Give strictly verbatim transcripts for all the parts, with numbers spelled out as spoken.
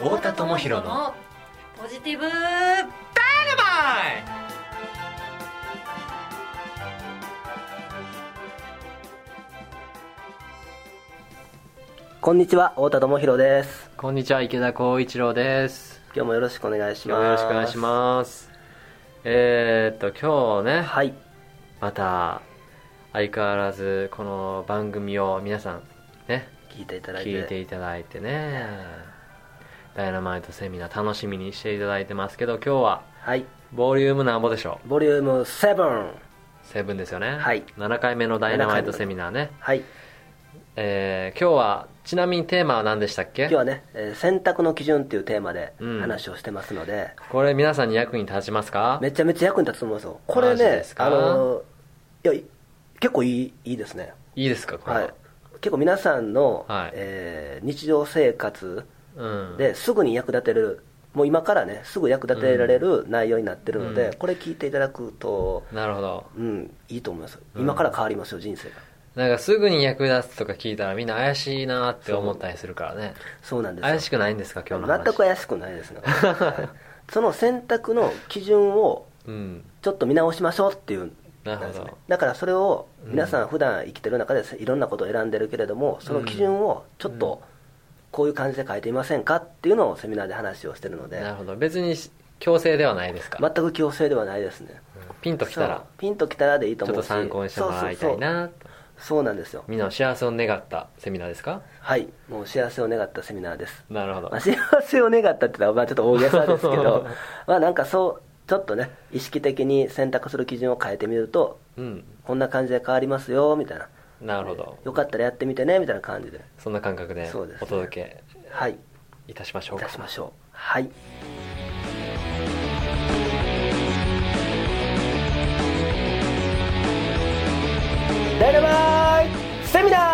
太田智博のポジティブダイナマイ。 こんにちは、太田智博です。 こんにちは、池田光一郎です。 今日もよろしくお願いします。 今日もよろしくお願いします。えー、っと今日ね、 はい、 また相変わらずこの番組を皆さんね聞いていただいて聞いていただいてね、ダイナマイトセミナー楽しみにしていただいてますけど、今日ははいボリュームなんぼでしょボリュームなな。 セブンですよね。 はい、 ななかいめのダイナマイトセミナーね。 はい、 えー、今日はちなみにテーマは何でしたっけ？ 今日はね、えー選択の基準っていうテーマでうん話をしてますので、 これ皆さんに役に立ちますか？ めちゃめちゃ役に立つと思いますよ。これマジねですか？ あのいやい結構いいいいですね。 いいですかこれは。 はい、結構皆さんの、 はいえー日常生活うん、 ですぐに役立てる、もう今からねすぐ役立てられる内容になってるので、 うんこれ聞いていただくと、 なるほど。 うんいいと思います。 うん今から変わりますよ、人生が。 なんかすぐに役立つとか聞いたらみんな怪しいなって思ったりするからね。 そうなんですよ。 怪しくないんですか今日の話？ 全く怪しくないですね。はいその選択の基準をうんちょっと見直しましょうっていうなるほどんですね。だからそれを皆さん普段生きてる中でいろんなことを選んでるけれども、その基準をちょっとこういう感じで変えてみませんかっていうのをセミナーで話をしてるので、 なるほど。別に強制ではないですか？ 全く強制ではないですね。 ピンときたらそうピンときたらでいいとちょっ思うし、 と参考にしてもらいたいなと。 そうそうそうそうなんですよ。 みんなの幸せを願ったセミナーですか？ はいもう幸せを願ったセミナーです。 なるほど、 まあ、幸せを願ったって言ったらまあちょっと大げさですけどまあなんかそうちょっとね意識的に選択する基準を変えてみると、 うん、 こんな感じで変わりますよみたいな、 なるほど、 よかったらやってみてねみたいな感じで、 そんな感覚でそうですねお届けはいいたしましょうか。 いたしましょう。はいダイナマイトセミナー。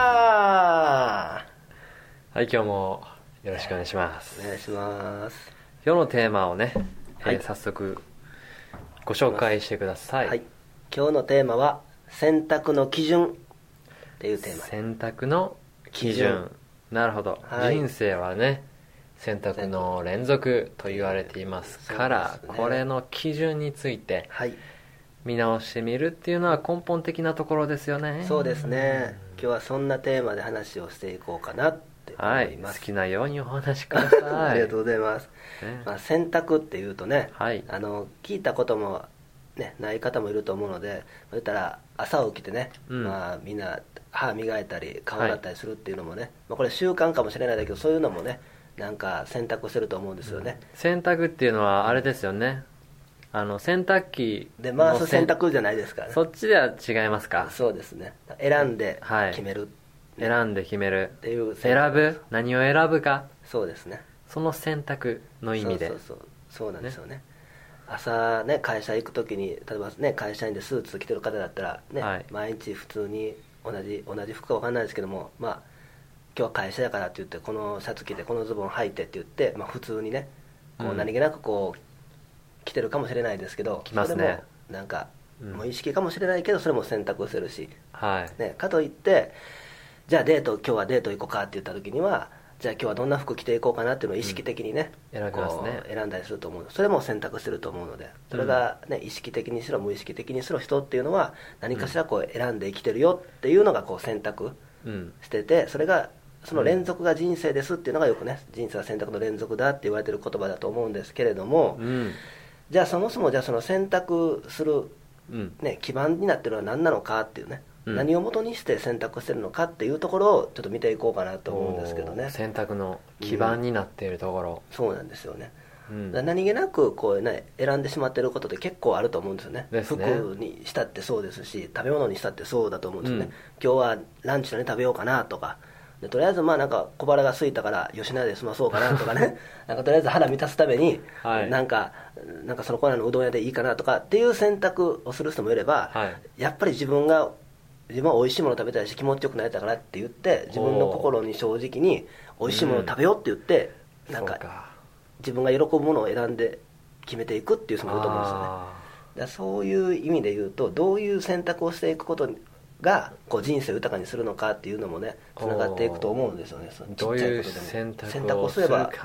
はい今日もよろしくお願いします。 お願いします。 今日のテーマをね、 はいえー早速ご紹介してください。 はい、今日のテーマは選択の基準っていうテーマ。 選択の基準。なるほど、 はい、 人生はね選択の連続と言われていますから、 そうですね、 これの基準についてはい見直してみるっていうのは根本的なところですよね。 そうですね。今日はそんなテーマで話をしていこうかなって思はいい、 ます。 好きなようにお話しください。 ありがとうございます。 ねまあ、選択っていうとね、 はいあの聞いたことも、ね、ない方もいると思うので、そういったら朝起きてね、 うんまあ、みんな歯磨いたり顔洗ったりするっていうのもね、まあ、これ習慣かもしれないんだけど、そういうのもねなんか選択してると思うんですよね。 洗濯っていうのはあれですよね、あの洗濯機で回すの選択じゃないですからね。 そっちでは違いますか？ そうですね。選んではい決める選んで決めるっていう選択ぶ、何を選ぶか、 そうですね。 その選択の意味で。 そうそうそうそうなんですよね。朝ね会社行く時に、例えばね会社員でスーツ着てる方だったらね、 はい、 毎日普通に同じ同じ服か分かんないですけども、まあ今日は会社だからって言ってこのシャツ着てこのズボン履いてって言って、まあ、普通にねこう何気なくこう着てるかもしれないですけど、 着ますね。 それもなんか、 うん、 もう意識かもしれないけどそれも選択してるし、 はいね、かといってじゃあデート今日はデート行こうかって言った時には、じゃあ今日はどんな服着ていこうかなっていうのを意識的にね、 うん、選びますね。 こう選んだりすると思う。それも選択してると思うので、それが、ね、意識的にしろ無意識的にしろ人っていうのは何かしらこう選んで生きてるよっていうのがこう選択してて、それがその連続が人生ですっていうのがよくね、人生は選択の連続だって言われてる言葉だと思うんですけれども、 うん、 じゃあそもそもじゃあその選択する、 うんね、基盤になってるのは何なのかっていうね、うん、何をもとにして選択してるのかっていうところをちょっと見ていこうかなと思うんですけどね。 選択の基盤になっているところ、 うん、そうなんですよね。 うん、 何気なくこう、ね、選んでしまってることって結構あると思うんですよ ね, ですね。 服にしたってそうですし、食べ物にしたってそうだと思うんですよね、 うん、 今日はランチ何食べようかなとかで、とりあえずまあなんか小腹が空いたから吉野家で済まそうかなとかねなんかとりあえず腹満たすために、はい、なんかなんかそのコーナーのうどん屋でいいかなとかっていう選択をする人もいれば、はい、やっぱり自分が自分は美味しいもの食べたいし気持ちよくなりたいからって言って自分の心に正直に美味しいものを食べようって言って、うん、なんか自分が喜ぶものを選んで決めていくっていう人もいると思うんですよね。だそういう意味で言うと、どういう選択をしていくことがこう人生を豊かにするのかっていうのもねつながっていくと思うんですよね。そのちっちゃいことでもどういう選択をするか、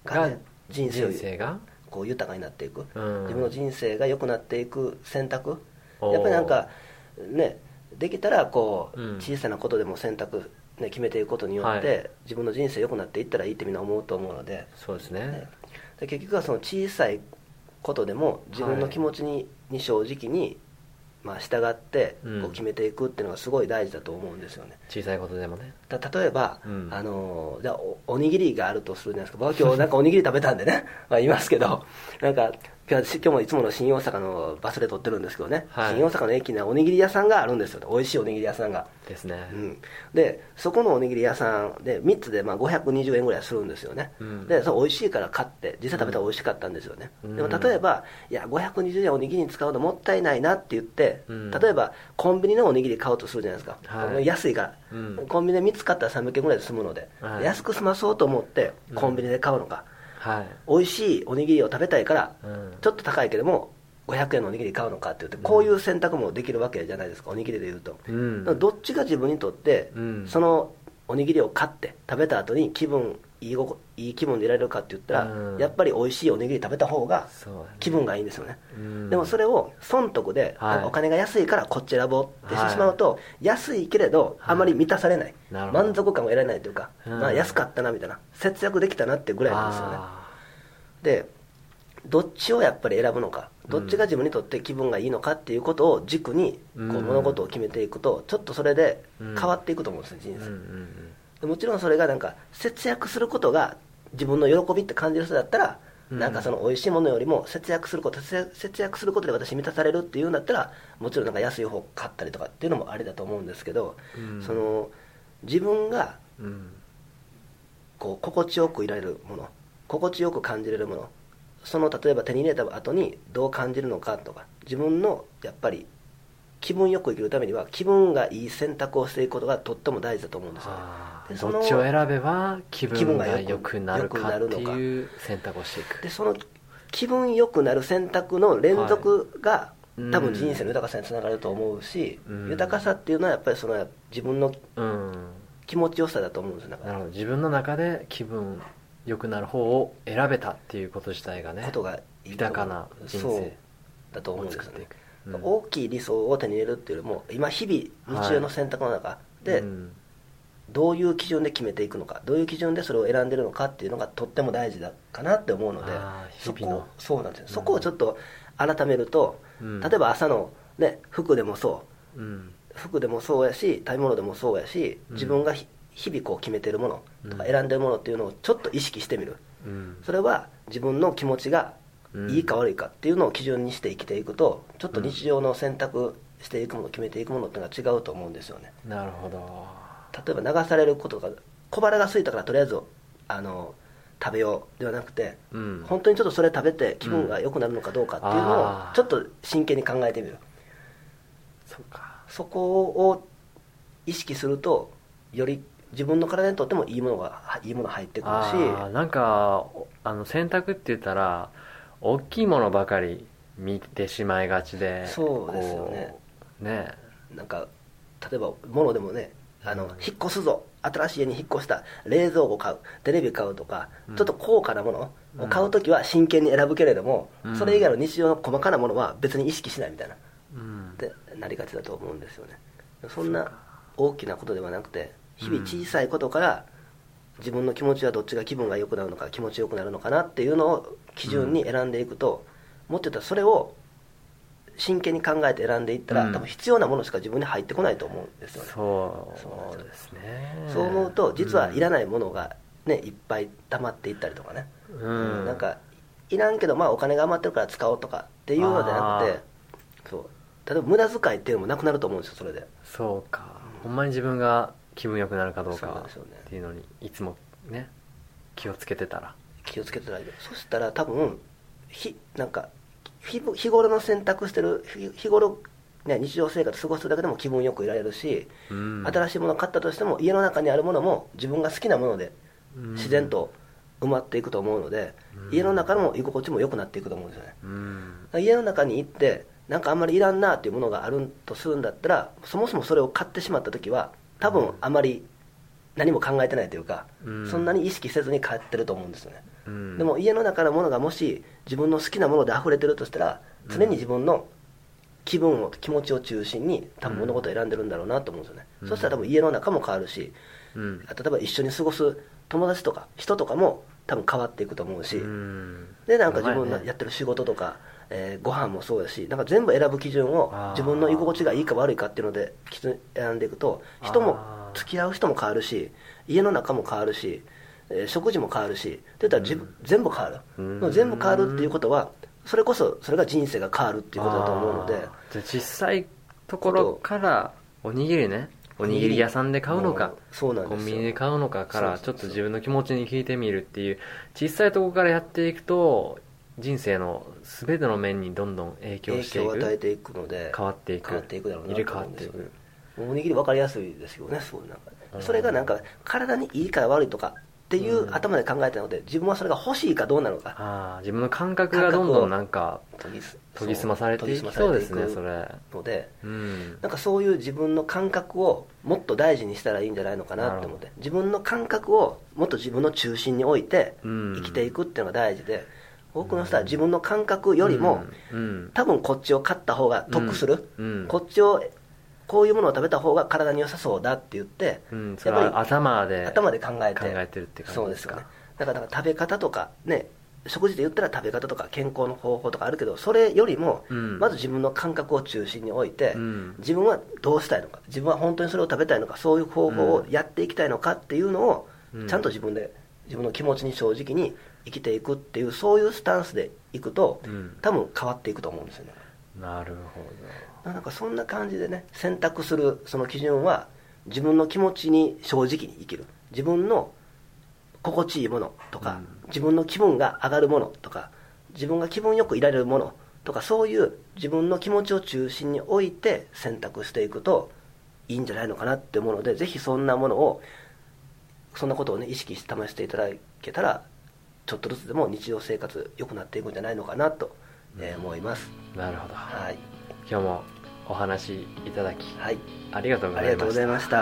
が、ね、人生人生がこう豊かになっていく、 うん、 自分の人生が良くなっていく選択、やっぱりなんかね、できたらこう、うん、小さなことでも選択、ね、決めていくことによって、はい、自分の人生良くなっていったらいいってみんな思うと思うので、 そうですね、ね、 で結局はその小さいことでも自分の気持ちに、はい、に正直にまあ、従ってこう決めていくっていうのがすごい大事だと思うんですよね、 うん、小さいことでもね。 だ例えば、うん、あのじゃあ お, おにぎりがあるとするじゃないですか。僕は今日なんかおにぎり食べたんでねまあ言いますけど、なんか今日今日もいつもの新大阪のバスで撮ってるんですけどね、はい、新大阪の駅にはおにぎり屋さんがあるんですよね。美味しいおにぎり屋さんがですね、うん、 でそこのおにぎり屋さんでみっつでまあごひゃくにじゅうえんぐらいするんですよね、うん、でそれ美味しいから買って実際食べたら美味しかったんですよね、うん、でも例えばいやごひゃくにじゅうえんおにぎりに使うのもったいないなって言って、うん、例えばコンビニのおにぎり買おうとするじゃないですか、はい、安いから、うん、コンビニでみっつ買ったらさんびゃくえんぐらいで済むので、はい、安く済まそうと思ってコンビニで買うのか、うんはい、美味しいおにぎりを食べたいから、うん、ちょっと高いけどもごひゃくえんのおにぎり買うのかって言って、こういう選択もできるわけじゃないですか、おにぎりでいうと、うん、どっちが自分にとって、うん、そのおにぎりを買って食べた後に気分いいごいい気分でいられるかって言ったら、うん、やっぱり美味しいおにぎり食べた方が気分がいいんですよね、うん、でもそれを損得で、はい、お金が安いからこっち選ぼうってしてしまうと、はい、安いけれどあまり満たされない、はい、満足感を得られないというか、まあ、安かったなみたいな、節約できたなってぐらいなんですよね。でどっちをやっぱり選ぶのか、どっちが自分にとって気分がいいのかっていうことを軸にこう物事を決めていくと、ちょっとそれで変わっていくと思うんですよ、人生。もちろんそれがなんか節約することが自分の喜びって感じる人だったら、なんかその美味しいものよりも節約すること節約することで私満たされるっていうんだったら、もちろんなんか安い方買ったりとかっていうのもありだと思うんですけど、その自分がこう心地よくいられるもの、心地よく感じれるもの、その例えば手に入れた後にどう感じるのかとか、自分のやっぱり気分よく生きるためには気分がいい選択をしていくことがとっても大事だと思うんですよね。でそのどっちを選べば気分が良くなるかっていう選択をしていく。 でその気分良くなる選択の連続が、はい、多分人生の豊かさにつながると思うし、うん、豊かさっていうのはやっぱりその自分の気持ちよさだと思うんですよ。 なるほど、自分の中で気分良くなる方を選べたっていうこと自体がね、 ことがいい豊かな人生だと思うんですよね、うん、大きい理想を手に入れるっていうよりも今日々日常の選択の中で、はいうん、どういう基準で決めていくのか、どういう基準でそれを選んでるのかっていうのがとっても大事だかなって思うので、そこそうなんですよ、うん、そこをちょっと改めると、うん、例えば朝の、ね、服でもそう、うん、服でもそうやし食べ物でもそうやし、自分が日々こう決めてるものとか選んでるものっていうのをちょっと意識してみる、うん、それは自分の気持ちがいいか悪いかっていうのを基準にして生きていくと、ちょっと日常の選択していくもの、決めていくものっていうのは違うと思うんですよね。 なるほど。 例えば流されることが、小腹が空いたからとりあえずあの食べようではなくて、うん、本当にちょっとそれ食べて気分が良くなるのかどうかっていうのをちょっと真剣に考えてみる、 そうか、 そこを意識するとより自分の体にとってもいいものがいいもの入ってくるし、 あなんかあの選択って言ったら大きいものばかり見てしまいがちで、 そうですよね。 ね、 なんか例えば物でもね、あの、うん、引っ越すぞ、新しい家に引っ越した、冷蔵庫買う、テレビ買うとか、うん、ちょっと高価なものを買うときは真剣に選ぶけれども、うん、それ以外の日常の細かなものは別に意識しないみたいな、うん、ってなりがちだと思うんですよね。そんな大きなことではなくて、日々小さいことから自分の気持ちはどっちが気分が良くなるのか気持ちよくなるのかなっていうのを基準に選んでいくと、うん、もっと言ったらそれを真剣に考えて選んでいったら、うん、多分必要なものしか自分に入ってこないと思うんですよね。 そうですね。 そう思うと実はいらないものが、ね、いっぱい溜まっていったりとかね、うん、なんかいらんけど、まあ、お金が余ってるから使おうとかっていうのじゃなくて、そう例えば無駄遣いっていうのもなくなると思うんですよ、それで。 そうか、うん、ほんまに自分が気分良くなるかどうかっていうのにいつもね気をつけてたら気をつけてたらいい。そしたら多分ひなんか日, 日頃の選択してる日頃、ね、日常生活過ごすだけでも気分よくいられるし、うん、新しいものを買ったとしても家の中にあるものも自分が好きなもので自然と埋まっていくと思うので、うん、家の中の居心地も良くなっていくと思うんですよね、うん、家の中に行ってなんかあんまりいらんなっていうものがあるとするんだったら、そもそもそれを買ってしまった時は多分あまり何も考えてないというか、うん、そんなに意識せずに帰ってると思うんですよね、うん、でも家の中のものがもし自分の好きなもので溢れてるとしたら、常に自分の気分を気持ちを中心に多分物事を選んでるんだろうなと思うんですよね、うん、そしたら多分家の中も変わるし、うん、例えば一緒に過ごす友達とか人とかも多分変わっていくと思うし、うん、でなんか自分のやってる仕事とか、えー、ご飯もそうだし、なんか全部選ぶ基準を自分の居心地がいいか悪いかっていうので選んでいくと、人も付き合う人も変わるし、家の中も変わるし、えー、食事も変わるしって言ったら自分、うん、全部変わる、うん、全部変わるっていうことはそれこそそれが人生が変わるっていうことだと思うので、 じゃあ小さいところからおにぎりね、おにぎり屋さんで買うのか、 そうなんですよ、 コンビニで買うのかからちょっと自分の気持ちに聞いてみるっていう小さいところからやっていくと、人生の全ての面にどんどん影響していく、 影響を与えていくので変わっていく変わっていくだろうなと思うんですよね。おにぎり分かりやすいですよね。そうなんかそれがなんか体にいいから悪いとかっていう頭で考えたので、自分はそれが欲しいかどうなのか、 あ自分の感覚がどんどんなんか研ぎ澄まされていきそうですね、それので、うん、なんかそういう自分の感覚をもっと大事にしたらいいんじゃないのかなって思って、自分の感覚をもっと自分の中心に置いて生きていくっていうのが大事で、多くの人は自分の感覚よりも、うんうん、多分こっちを買った方が得する、うんうん、こっちをこういうものを食べた方が体に良さそうだって言って、 うん、やっぱり頭で頭で考えて考えてるって感じですか。 そうですよね。だから、だから食べ方とかね、食事で言ったら食べ方とか健康の方法とかあるけど、それよりも、うん、まず自分の感覚を中心に置いて、うん、自分はどうしたいのか、自分は本当にそれを食べたいのか、そういう方法をやっていきたいのかっていうのを、うん、ちゃんと自分で自分の気持ちに正直に生きていくっていう、そういうスタンスでいくと、うん、多分変わっていくと思うんですよね。 なるほど。なんかそんな感じでね、選択するその基準は自分の気持ちに正直に生きる、自分の心地いいものとか、うん、自分の気分が上がるものとか、自分が気分よくいられるものとか、そういう自分の気持ちを中心に置いて選択していくといいんじゃないのかなって思うので、ぜひそんなものを、そんなことをね意識して試していただけたら、ちょっとずつでも日常生活良くなっていくんじゃないのかなと、えー、思います。 なるほど、 はい、 今日もお話いただき、 はい、 ありがとうございました。 ありがとうございました。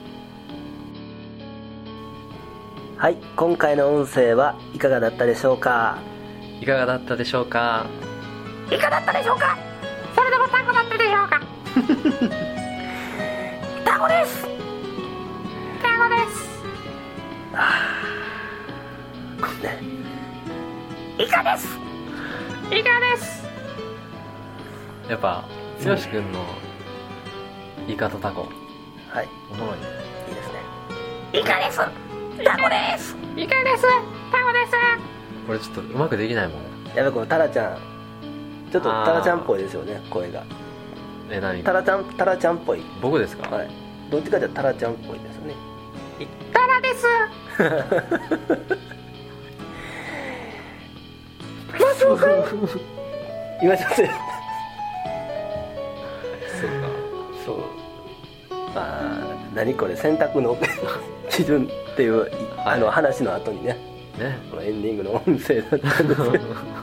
はい、今回の音声はいかがだったでしょうか。 いかがだったでしょうか。 いかがだったでしょうか。それでもタコだったでしょうか。タコです。タコです。 あーね、 イカです。イカです。 やっぱ剛君のイカとタコ、 はい、 おもろい。いいですね。 イカです。タコです。イカです。タコです。 これちょっとうまくできないもん。 やべ、このタラちゃんちょっとタラちゃんっぽいですよね、声が。 え、何？ タラちゃん、タラちゃんっぽい。 僕ですか？ はい、どっちかというとタラちゃんっぽいですよね。 タラです。 今ちょっとそうか、そう、まあ何これ、選択の基準っていう、はい、あの話の後にね、 ね、 このエンディングの音声だったんですけどね、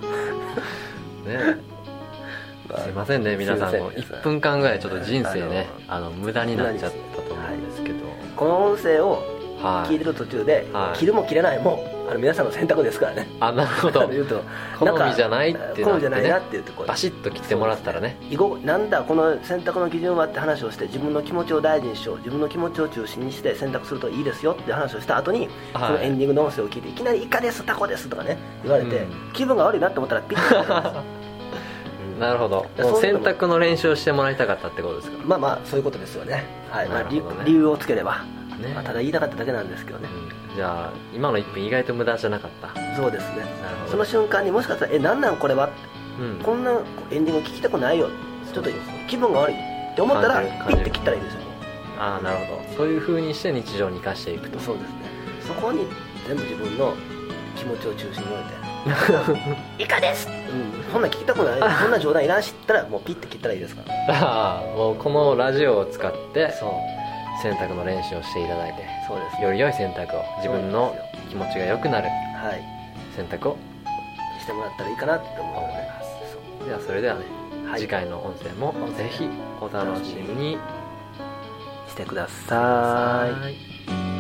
まあ、すいませんね皆さん、もいっぷんかんぐらいちょっと人生ね、あのあの無駄になっちゃったと思うんですけど、はい、 この音声を聞いてる途中で、はい、切るも切れないもあの皆さんの選択ですからね。 あ、なるほど。 言うと好みじゃないってなって、ね、 好みじゃないなって言ってこうバシッと切ってもらったらね、 以後なんだこの選択の基準はって話をして、自分の気持ちを大事にしよう、自分の気持ちを中心にして選択するといいですよって話をした後に、はい、このエンディングの音声を聞いていきなりイカですタコですとかね言われて、うん、気分が悪いなって思ったらピッとなるほど。もう選択の練習をしてもらいたかったってことですか。 まあまあそういうことですよね。はい、まあ、理, 理由をつければ、ね、まあ、ただ言いたかっただけなんですけどね、 うん、じゃあ今のいっぷん意外と無駄じゃなかった。 そうですね。なるほど。その瞬間にもしかしたらえなんなんこれは、うん、こんなエンディング聞きたくないよ、ちょっと気分が悪いって思ったらピッて切ったらいいですよ。 ああ、なるほど。そういう風にして日常に生かしていくと。 そうですね。そこに全部自分の気持ちを中心に置いてイカです、 うん、そんな聞きたくない、そんな冗談いらんしったらもうピッて切ったらいいですから。 ああ、もうこのラジオを使って選択の練習をしていただいて、 そうです、 より良い選択を、自分の気持ちが良くなる選択をしてもらったらいいかなって思います。 ではそれではね、はい、次回の音声もぜひお楽しみにしてください。